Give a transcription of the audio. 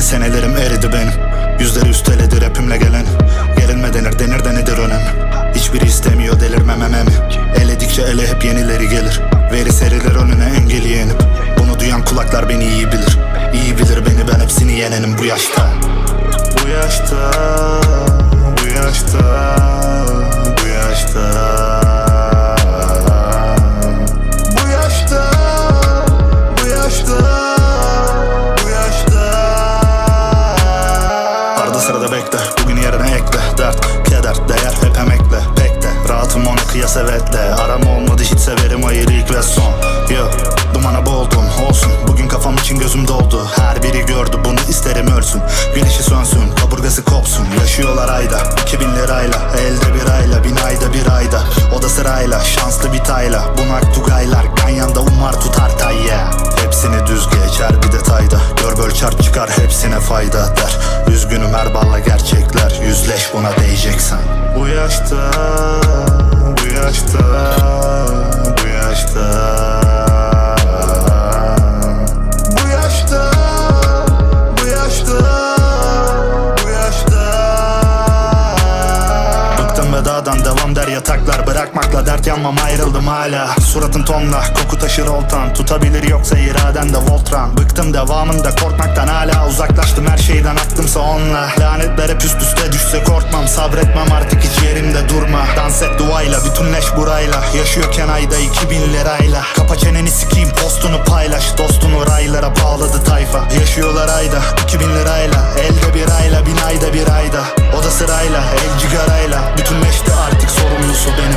Senelerim eridi benim. Yüzleri üsteledir rapimle gelen. Gerilme denir, denir de nedir önem? Hiçbiri istemiyor delirmememi. Eledikçe ele hep yenileri gelir. Veri serilir önüne engeli yenip. Bunu duyan kulaklar beni iyi bilir. İyi bilir beni, ben hepsini yenenim bu yaşta. Bu yaşta, bu yaşta, bu yaşta. Bu yaşta, bu yaşta, bu yaşta. Arada sırada bekle, bugün yerine ekle. Dert, keder, değer hep emekle. Pek de rahatım ona kıyas evetle. Aram olmadı hiç severim hayır ilk ve son. Yo, dumana boğuldum olsun. Bugün kafam için gözüm doldu. Her biri gördü bunu, isterim ölsün. Güneşi sönsün, kaburgası kopsun. Yaşıyorlar ayda 2000 lirayla. Elde bir ayla, 1000 ayda bir ayda. O da sırayla, şanslı bir tayla. Bunak tugaylar, ganyanda umar tutar tayya. Hepsini düz geçer bir detayda. Gör böl çarp çıkar hepsine fayda der. Üzgünüm her balla gerçekler. Yüzleş buna değeceksen. Bu yaşta, bu yaşta, bu yaşta. Bu yaşta, bu yaşta, bu yaşta. Bıktım vedadan devam der yataklar. Bırakmakla dert yanmam ayrıldım hala. Suratın tonla koku taşır oltan. Tutabilir yoksa iraden de Voltran. Bıktım devamında korkmaktan hala. Uzaklaştım her şeyden aklımsa onunla. Lanetler hep üst üste düşse korkmam. Sabretmem artık hiç yerimde durma. Dans et duayla bütünleş burayla. Yaşıyorken ayda 2000 lirayla. Kapa çeneni sikeyim postunu paylaş. Dostunu raylara bağladı tayfa. Yaşıyorlar ayda 2000 lirayla. Elde bir ayla 1000 ayda bir ayda. O da sırayla el cigarayla. Bütünleşti artık sorumlusu benim.